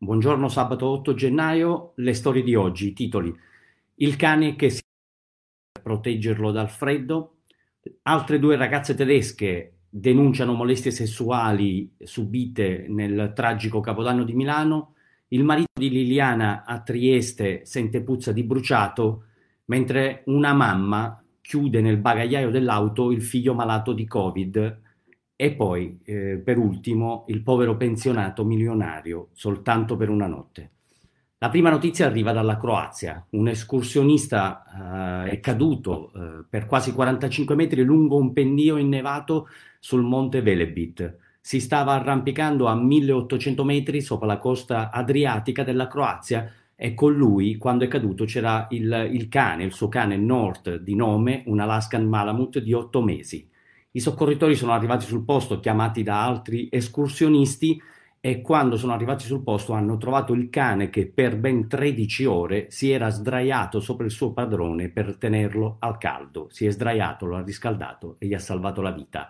Buongiorno, sabato 8 gennaio, le storie di oggi, i titoli. Il cane che si per proteggerlo dal freddo, altre due ragazze tedesche denunciano molestie sessuali subite nel tragico Capodanno di Milano, il marito di Liliana a Trieste sente puzza di bruciato, mentre una mamma chiude nel bagagliaio dell'auto il figlio malato di Covid. E poi, per ultimo, il povero pensionato milionario soltanto per una notte. La prima notizia arriva dalla Croazia. Un escursionista è caduto per quasi 45 metri lungo un pendio innevato sul monte Velebit. Si stava arrampicando a 1800 metri sopra la costa adriatica della Croazia e con lui, quando è caduto, c'era il cane, il suo cane Nord di nome, un Alaskan Malamute di 8 mesi. I soccorritori sono arrivati sul posto chiamati da altri escursionisti e quando sono arrivati sul posto hanno trovato il cane che per ben 13 ore si era sdraiato sopra il suo padrone per tenerlo al caldo. Si è sdraiato, lo ha riscaldato e gli ha salvato la vita.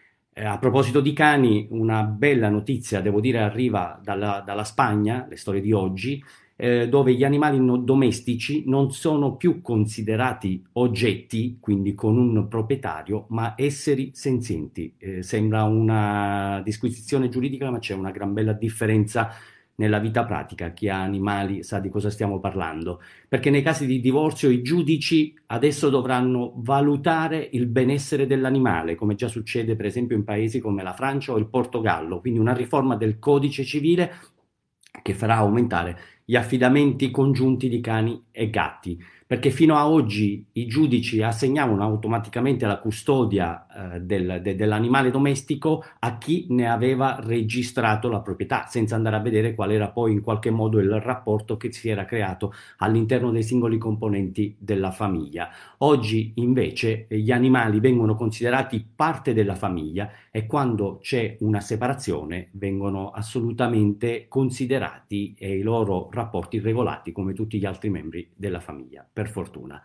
A proposito di cani, una bella notizia, devo dire, arriva dalla Spagna, le storie di oggi, dove gli animali domestici non sono più considerati oggetti, quindi con un proprietario, ma esseri senzienti. Sembra una disquisizione giuridica, ma c'è una gran bella differenza nella vita pratica. Chi ha animali sa di cosa stiamo parlando, perché nei casi di divorzio i giudici adesso dovranno valutare il benessere dell'animale, come già succede per esempio in paesi come la Francia o il Portogallo, quindi una riforma del codice civile che farà aumentare gli affidamenti congiunti di cani e gatti, perché fino a oggi i giudici assegnavano automaticamente la custodia dell'animale domestico a chi ne aveva registrato la proprietà, senza andare a vedere qual era poi in qualche modo il rapporto che si era creato all'interno dei singoli componenti della famiglia. Oggi invece gli animali vengono considerati parte della famiglia e quando c'è una separazione vengono assolutamente considerati e i loro rapporti regolati come tutti gli altri membri della famiglia, per fortuna.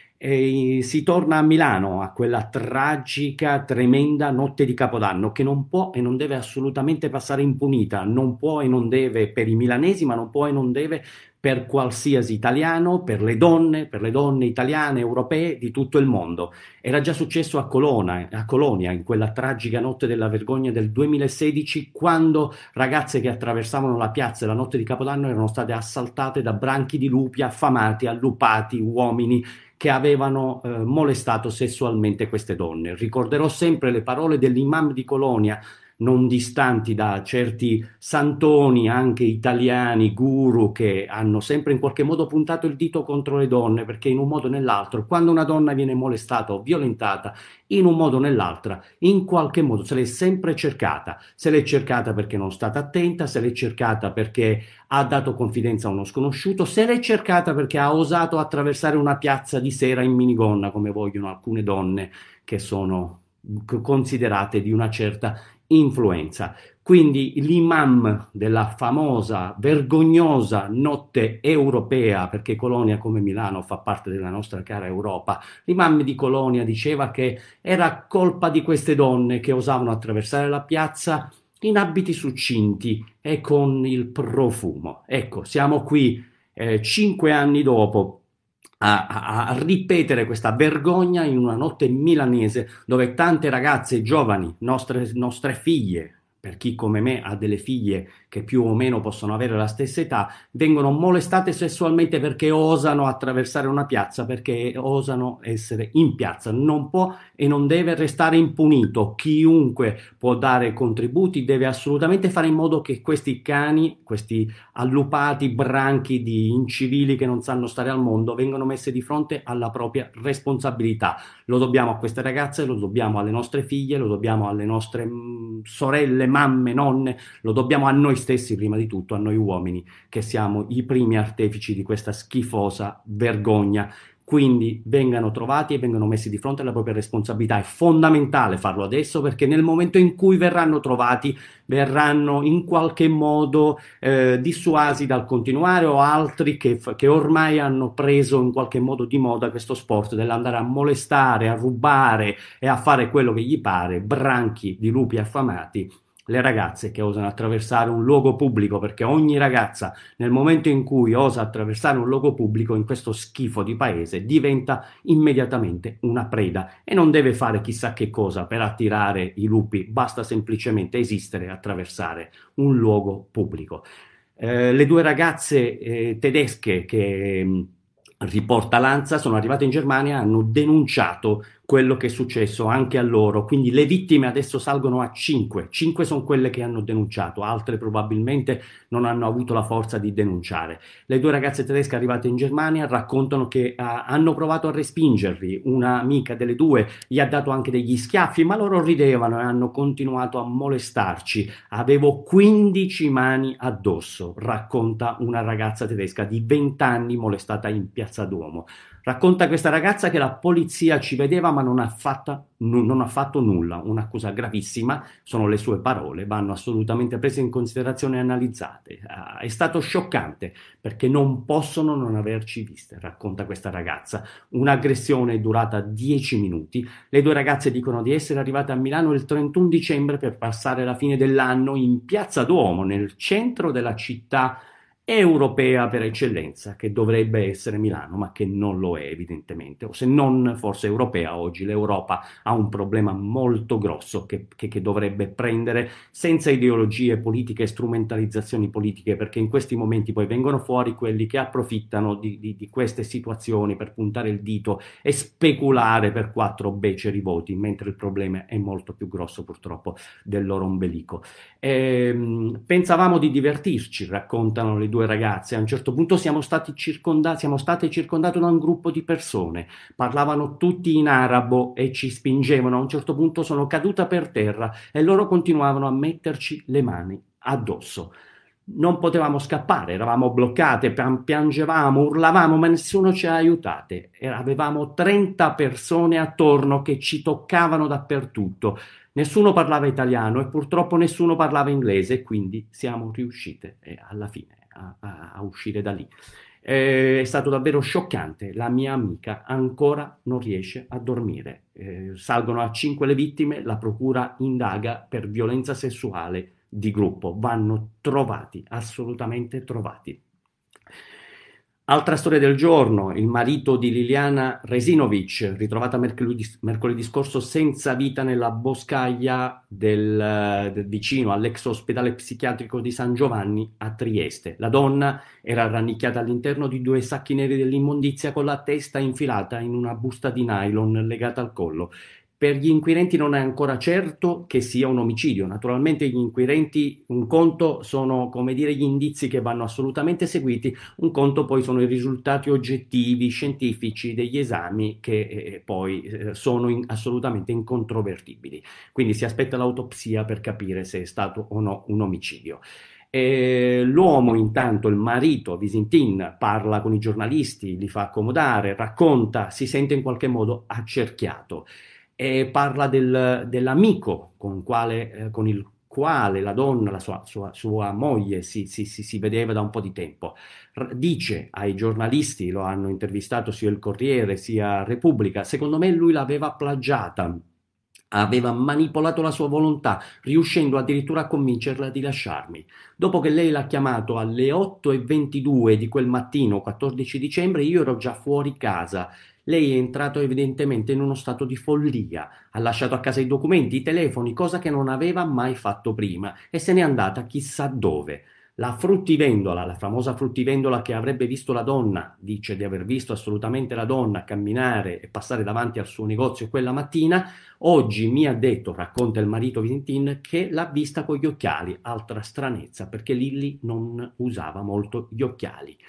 E si torna a Milano, a quella tragica, tremenda notte di Capodanno che non può e non deve assolutamente passare impunita, non può e non deve per i milanesi, ma non può e non deve per qualsiasi italiano, per le donne italiane, europee di tutto il mondo. Era già successo a Colonia, in quella tragica notte della vergogna del 2016, quando ragazze che attraversavano la piazza la notte di Capodanno erano state assaltate da branchi di lupi affamati, allupati, uomini che avevano molestato sessualmente queste donne. Ricorderò sempre le parole dell'imam di Colonia, non distanti da certi santoni anche italiani, guru, che hanno sempre in qualche modo puntato il dito contro le donne, perché in un modo o nell'altro, quando una donna viene molestata o violentata, in un modo o nell'altra, in qualche modo se l'è cercata perché non è stata attenta, se l'è cercata perché ha dato confidenza a uno sconosciuto, se l'è cercata perché ha osato attraversare una piazza di sera in minigonna, come vogliono alcune donne che sono considerate di una certa influenza. Quindi l'imam della famosa, vergognosa notte europea, perché Colonia come Milano fa parte della nostra cara Europa, l'imam di Colonia diceva che era colpa di queste donne che osavano attraversare la piazza in abiti succinti e con il profumo. Ecco, siamo qui 5 anni dopo a ripetere questa vergogna in una notte milanese dove tante ragazze giovani, nostre figlie, per chi come me ha delle figlie che più o meno possono avere la stessa età, vengono molestate sessualmente perché osano attraversare una piazza, perché osano essere in piazza. Non può e non deve restare impunito. Chiunque può dare contributi deve assolutamente fare in modo che questi cani, questi allupati branchi di incivili che non sanno stare al mondo, vengono messi di fronte alla propria responsabilità. Lo dobbiamo a queste ragazze, lo dobbiamo alle nostre figlie, lo dobbiamo alle nostre sorelle, mamme, nonne, lo dobbiamo a noi stessi prima di tutto, a noi uomini, che siamo i primi artefici di questa schifosa vergogna. Quindi vengano trovati e vengano messi di fronte alla propria responsabilità. È fondamentale farlo adesso perché nel momento in cui verranno trovati, verranno in qualche modo dissuasi dal continuare, o altri che ormai hanno preso in qualche modo di moda questo sport dell'andare a molestare, a rubare e a fare quello che gli pare, branchi di lupi affamati le ragazze che osano attraversare un luogo pubblico, perché ogni ragazza nel momento in cui osa attraversare un luogo pubblico in questo schifo di paese diventa immediatamente una preda e non deve fare chissà che cosa per attirare i lupi, basta semplicemente esistere e attraversare un luogo pubblico. Le due ragazze tedesche che riporta Lanza sono arrivate in Germania, hanno denunciato quello che è successo anche a loro, quindi le vittime adesso salgono a 5, 5 sono quelle che hanno denunciato, altre probabilmente non hanno avuto la forza di denunciare. Le due ragazze tedesche arrivate in Germania raccontano che hanno provato a respingerli, un'amica delle due gli ha dato anche degli schiaffi, ma loro ridevano e hanno continuato a molestarci. Avevo 15 mani addosso, racconta una ragazza tedesca di 20 anni molestata in Piazza Duomo. Racconta questa ragazza che la polizia ci vedeva ma non ha fatto nulla, un'accusa gravissima, sono le sue parole, vanno assolutamente prese in considerazione e analizzate. È stato scioccante perché non possono non averci viste, racconta questa ragazza. Un'aggressione durata 10 minuti, le due ragazze dicono di essere arrivate a Milano il 31 dicembre per passare la fine dell'anno in Piazza Duomo, nel centro della città europea per eccellenza, che dovrebbe essere Milano, ma che non lo è evidentemente, o se non forse europea oggi. L'Europa ha un problema molto grosso che dovrebbe prendere senza ideologie politiche e strumentalizzazioni politiche, perché in questi momenti poi vengono fuori quelli che approfittano di queste situazioni per puntare il dito e speculare per 4 beceri voti, mentre il problema è molto più grosso purtroppo del loro ombelico. Pensavamo di divertirci, raccontano le due ragazze. A un certo punto siamo state circondate da un gruppo di persone, parlavano tutti in arabo e ci spingevano. A un certo punto sono caduta per terra e loro continuavano a metterci le mani addosso. Non potevamo scappare, eravamo bloccate, piangevamo, urlavamo, ma nessuno ci ha aiutate. Avevamo 30 persone attorno che ci toccavano dappertutto. Nessuno parlava italiano e purtroppo nessuno parlava inglese, quindi siamo riuscite alla fine a uscire da lì. È stato davvero scioccante, la mia amica ancora non riesce a dormire. Salgono a 5 le vittime, la procura indaga per violenza sessuale di gruppo, vanno trovati, assolutamente trovati. Altra storia del giorno, il marito di Liliana Resinovic, ritrovata mercoledì scorso senza vita nella boscaglia del vicino all'ex ospedale psichiatrico di San Giovanni a Trieste. La donna era rannicchiata all'interno di 2 sacchi neri dell'immondizia con la testa infilata in una busta di nylon legata al collo. Per gli inquirenti non è ancora certo che sia un omicidio. Naturalmente gli inquirenti, un conto sono, come dire, gli indizi che vanno assolutamente seguiti, un conto poi sono i risultati oggettivi, scientifici degli esami che poi sono assolutamente incontrovertibili. Quindi si aspetta l'autopsia per capire se è stato o no un omicidio. L'uomo intanto, il marito Visintin, parla con i giornalisti, li fa accomodare, racconta, si sente in qualche modo accerchiato. E parla dell'amico con il quale la donna, la sua moglie, si vedeva da un po' di tempo. Dice ai giornalisti, lo hanno intervistato sia il Corriere sia Repubblica, secondo me lui l'aveva plagiata, aveva manipolato la sua volontà, riuscendo addirittura a convincerla di lasciarmi. Dopo che lei l'ha chiamato alle 8:22 di quel mattino, 14 dicembre, io ero già fuori casa. Lei è entrato evidentemente in uno stato di follia, ha lasciato a casa i documenti, i telefoni, cosa che non aveva mai fatto prima, e se n'è andata chissà dove. La fruttivendola, la famosa fruttivendola che avrebbe visto la donna, dice di aver visto assolutamente la donna camminare e passare davanti al suo negozio quella mattina, oggi mi ha detto, racconta il marito Visintin, che l'ha vista con gli occhiali, altra stranezza, perché Lilli non usava molto gli occhiali.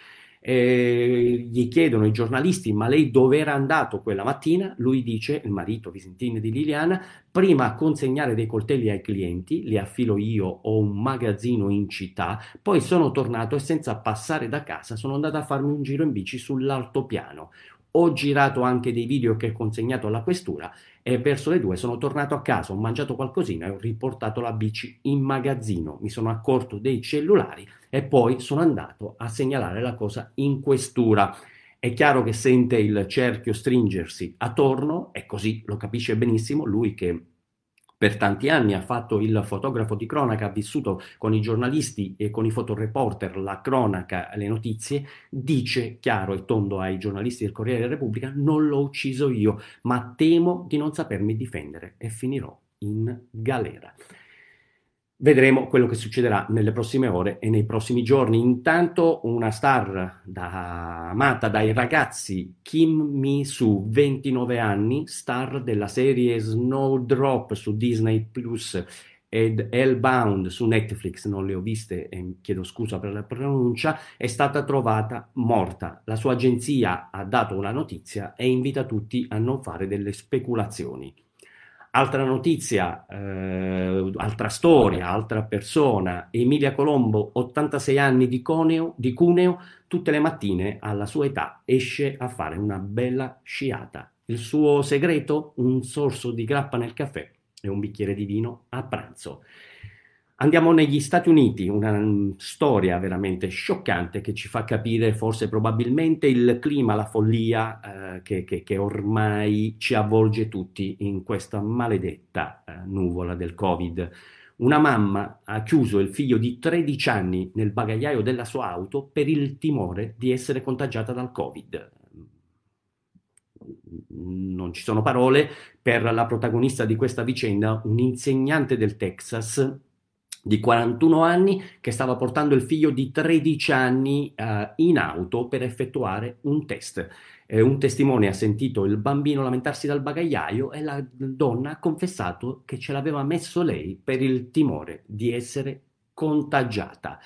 Gli chiedono i giornalisti, ma lei dove era andato quella mattina? Lui dice, il marito Visintin di Liliana, prima a consegnare dei coltelli ai clienti, li affilo io, ho un magazzino in città, poi sono tornato e senza passare da casa sono andato a farmi un giro in bici sull'altopiano. Ho girato anche dei video che ho consegnato alla questura e verso le 2 sono tornato a casa, ho mangiato qualcosina e ho riportato la bici in magazzino. Mi sono accorto dei cellulari e poi sono andato a segnalare la cosa in questura. È chiaro che sente il cerchio stringersi attorno e così lo capisce benissimo lui che Per tanti anni ha fatto il fotografo di cronaca, ha vissuto con i giornalisti e con i fotoreporter la cronaca, le notizie, dice chiaro e tondo ai giornalisti del Corriere della Repubblica: non l'ho ucciso io, ma temo di non sapermi difendere e finirò in galera. Vedremo quello che succederà nelle prossime ore e nei prossimi giorni. Intanto una star amata dai ragazzi, Kim Mi-soo, 29 anni, star della serie Snowdrop su Disney Plus ed Hellbound su Netflix, non le ho viste e chiedo scusa per la pronuncia, è stata trovata morta. La sua agenzia ha dato una notizia e invita tutti a non fare delle speculazioni. Altra notizia, altra storia, altra persona, Emilia Colombo, 86 anni di Cuneo, tutte le mattine alla sua età esce a fare una bella sciata. Il suo segreto? Un sorso di grappa nel caffè e un bicchiere di vino a pranzo. Andiamo negli Stati Uniti, una storia veramente scioccante che ci fa capire forse probabilmente il clima, la follia che ormai ci avvolge tutti in questa maledetta nuvola del Covid. Una mamma ha chiuso il figlio di 13 anni nel bagagliaio della sua auto per il timore di essere contagiata dal Covid. Non ci sono parole per la protagonista di questa vicenda, un insegnante del Texas di 41 anni che stava portando il figlio di 13 anni in auto per effettuare un test. Un testimone ha sentito il bambino lamentarsi dal bagagliaio e la donna ha confessato che ce l'aveva messo lei per il timore di essere contagiata.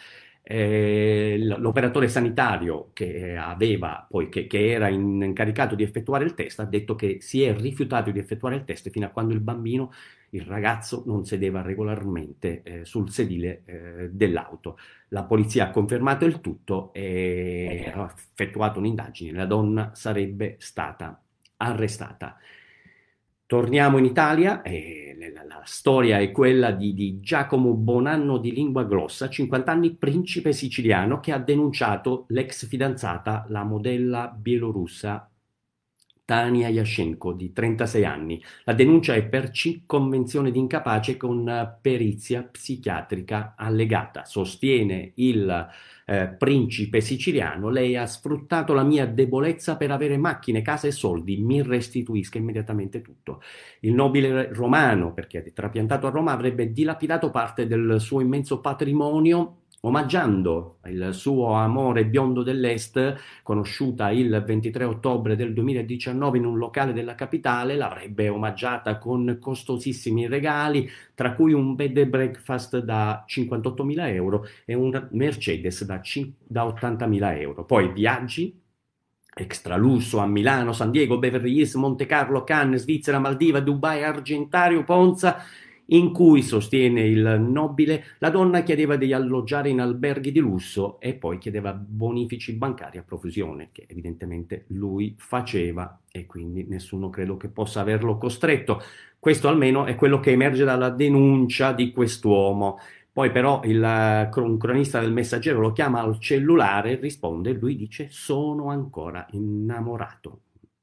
L'operatore sanitario che aveva poi che era incaricato di effettuare il test ha detto che si è rifiutato di effettuare il test fino a quando il ragazzo non sedeva regolarmente sul sedile dell'auto. La polizia ha confermato il tutto e ha effettuato un'indagine. La donna sarebbe stata arrestata. Torniamo in Italia e la storia è quella di Giacomo Bonanno di Lingua Glossa, 50 anni, principe siciliano, che ha denunciato l'ex fidanzata, la modella bielorussa Tania Yashchenko, di 36 anni. La denuncia è per convenzione di incapace con perizia psichiatrica allegata. Sostiene il principe siciliano: lei ha sfruttato la mia debolezza per avere macchine, casa e soldi, mi restituisca immediatamente tutto. Il nobile romano, perché è trapiantato a Roma, avrebbe dilapidato parte del suo immenso patrimonio omaggiando il suo amore biondo dell'Est, conosciuta il 23 ottobre del 2019 in un locale della capitale. L'avrebbe omaggiata con costosissimi regali, tra cui un bed and breakfast da 58.000 euro e un Mercedes da 80.000 euro. Poi viaggi extra lusso a Milano, San Diego, Beverly Hills, Monte Carlo, Cannes, Svizzera, Maldiva, Dubai, Argentario, Ponza, in cui, sostiene il nobile, la donna chiedeva di alloggiare in alberghi di lusso e poi chiedeva bonifici bancari a profusione, che evidentemente lui faceva e quindi nessuno credo che possa averlo costretto. Questo almeno è quello che emerge dalla denuncia di quest'uomo. Poi però un cronista del Messaggero lo chiama al cellulare, risponde e lui dice: sono ancora innamorato,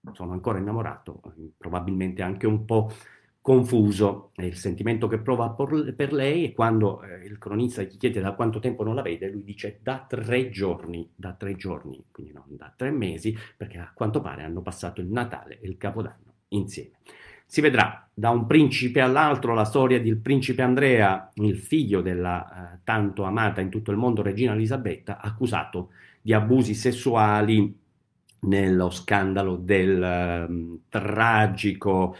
probabilmente anche un po' confuso. E il sentimento che prova per lei, e quando il cronista gli chiede da quanto tempo non la vede, lui dice da 3 giorni, quindi non da 3 mesi, perché a quanto pare hanno passato il Natale e il Capodanno insieme. Si vedrà. Da un principe all'altro, la storia del principe Andrea, il figlio della tanto amata in tutto il mondo regina Elisabetta, accusato di abusi sessuali nello scandalo del tragico,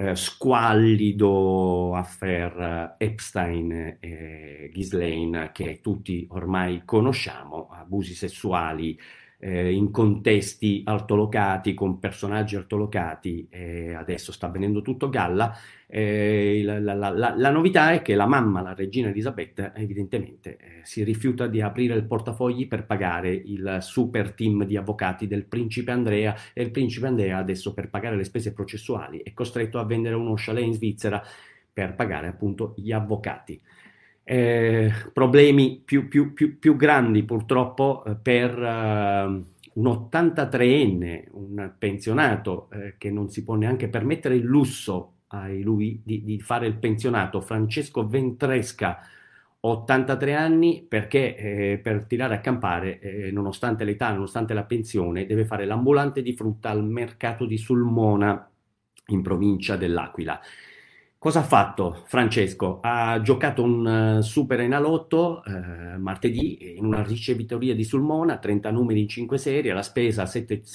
squallido affair Epstein e Ghislaine, che tutti ormai conosciamo, abusi sessuali in contesti altolocati, con personaggi altolocati, adesso sta avvenendo tutto a galla. La novità è che la mamma, la regina Elisabetta, evidentemente si rifiuta di aprire il portafogli per pagare il super team di avvocati del principe Andrea, e il principe Andrea adesso, per pagare le spese processuali, è costretto a vendere uno chalet in Svizzera per pagare appunto gli avvocati. Problemi più grandi purtroppo per un 83enne, un pensionato che non si può neanche permettere il lusso a lui di fare il pensionato. Francesco Ventresca, 83 anni, perché per tirare a campare, nonostante l'età, nonostante la pensione, deve fare l'ambulante di frutta al mercato di Sulmona, in provincia dell'Aquila. Cosa ha fatto Francesco? Ha giocato un Super Enalotto martedì in una ricevitoria di Sulmona, 30 numeri in 5 serie, la spesa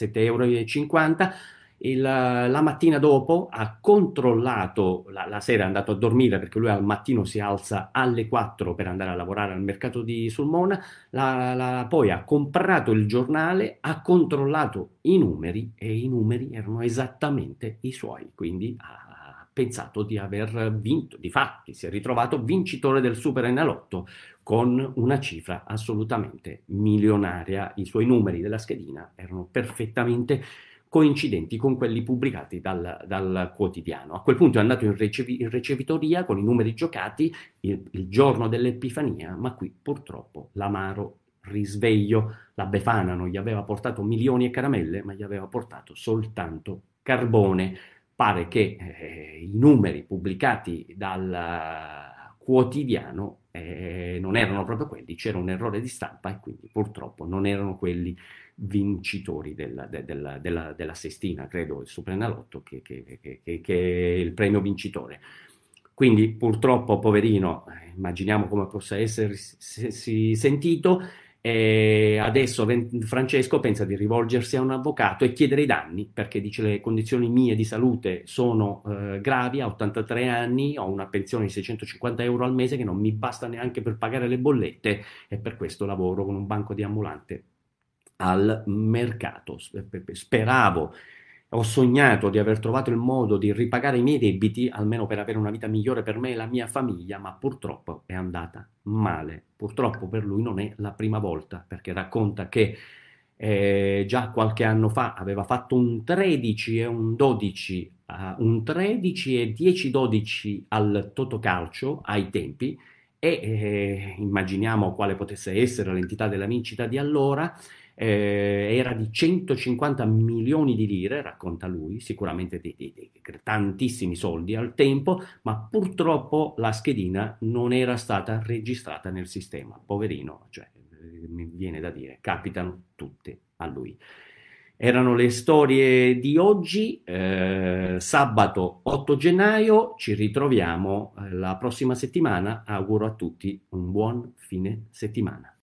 7,50 euro. La mattina dopo ha controllato, la sera è andato a dormire perché lui al mattino si alza alle 4 per andare a lavorare al mercato di Sulmona, poi ha comprato il giornale, ha controllato i numeri e i numeri erano esattamente i suoi, quindi ha pensato di aver vinto, difatti si è ritrovato vincitore del Super Enalotto con una cifra assolutamente milionaria. I suoi numeri della schedina erano perfettamente coincidenti con quelli pubblicati dal quotidiano. A quel punto è andato in ricevitoria con i numeri giocati il giorno dell'Epifania, ma qui purtroppo l'amaro risveglio. La Befana non gli aveva portato milioni e caramelle, ma gli aveva portato soltanto carbone. Pare che i numeri pubblicati dal quotidiano non erano proprio quelli, c'era un errore di stampa e quindi purtroppo non erano quelli vincitori della sestina, credo, il Superenalotto, che è il premio vincitore. Quindi purtroppo, poverino, immaginiamo come possa essersi sentito, e adesso Francesco pensa di rivolgersi a un avvocato e chiedere i danni, perché dice le condizioni mie di salute sono gravi, a 83 anni, ho una pensione di 650 euro al mese che non mi basta neanche per pagare le bollette e per questo lavoro con un banco di ambulante al mercato. Speravo, ho sognato di aver trovato il modo di ripagare i miei debiti, almeno per avere una vita migliore per me e la mia famiglia, ma purtroppo è andata male. Purtroppo per lui non è la prima volta, perché racconta che già qualche anno fa aveva fatto un 13 e un 12, un 13 e 10-12 al Totocalcio ai tempi, e immaginiamo quale potesse essere l'entità della vincita di allora. Era di 150 milioni di lire, racconta lui, sicuramente di tantissimi soldi al tempo, ma purtroppo la schedina non era stata registrata nel sistema. Poverino, cioè, mi viene da dire, capitano tutte a lui. Erano le storie di oggi, sabato 8 gennaio, ci ritroviamo la prossima settimana. Auguro a tutti un buon fine settimana.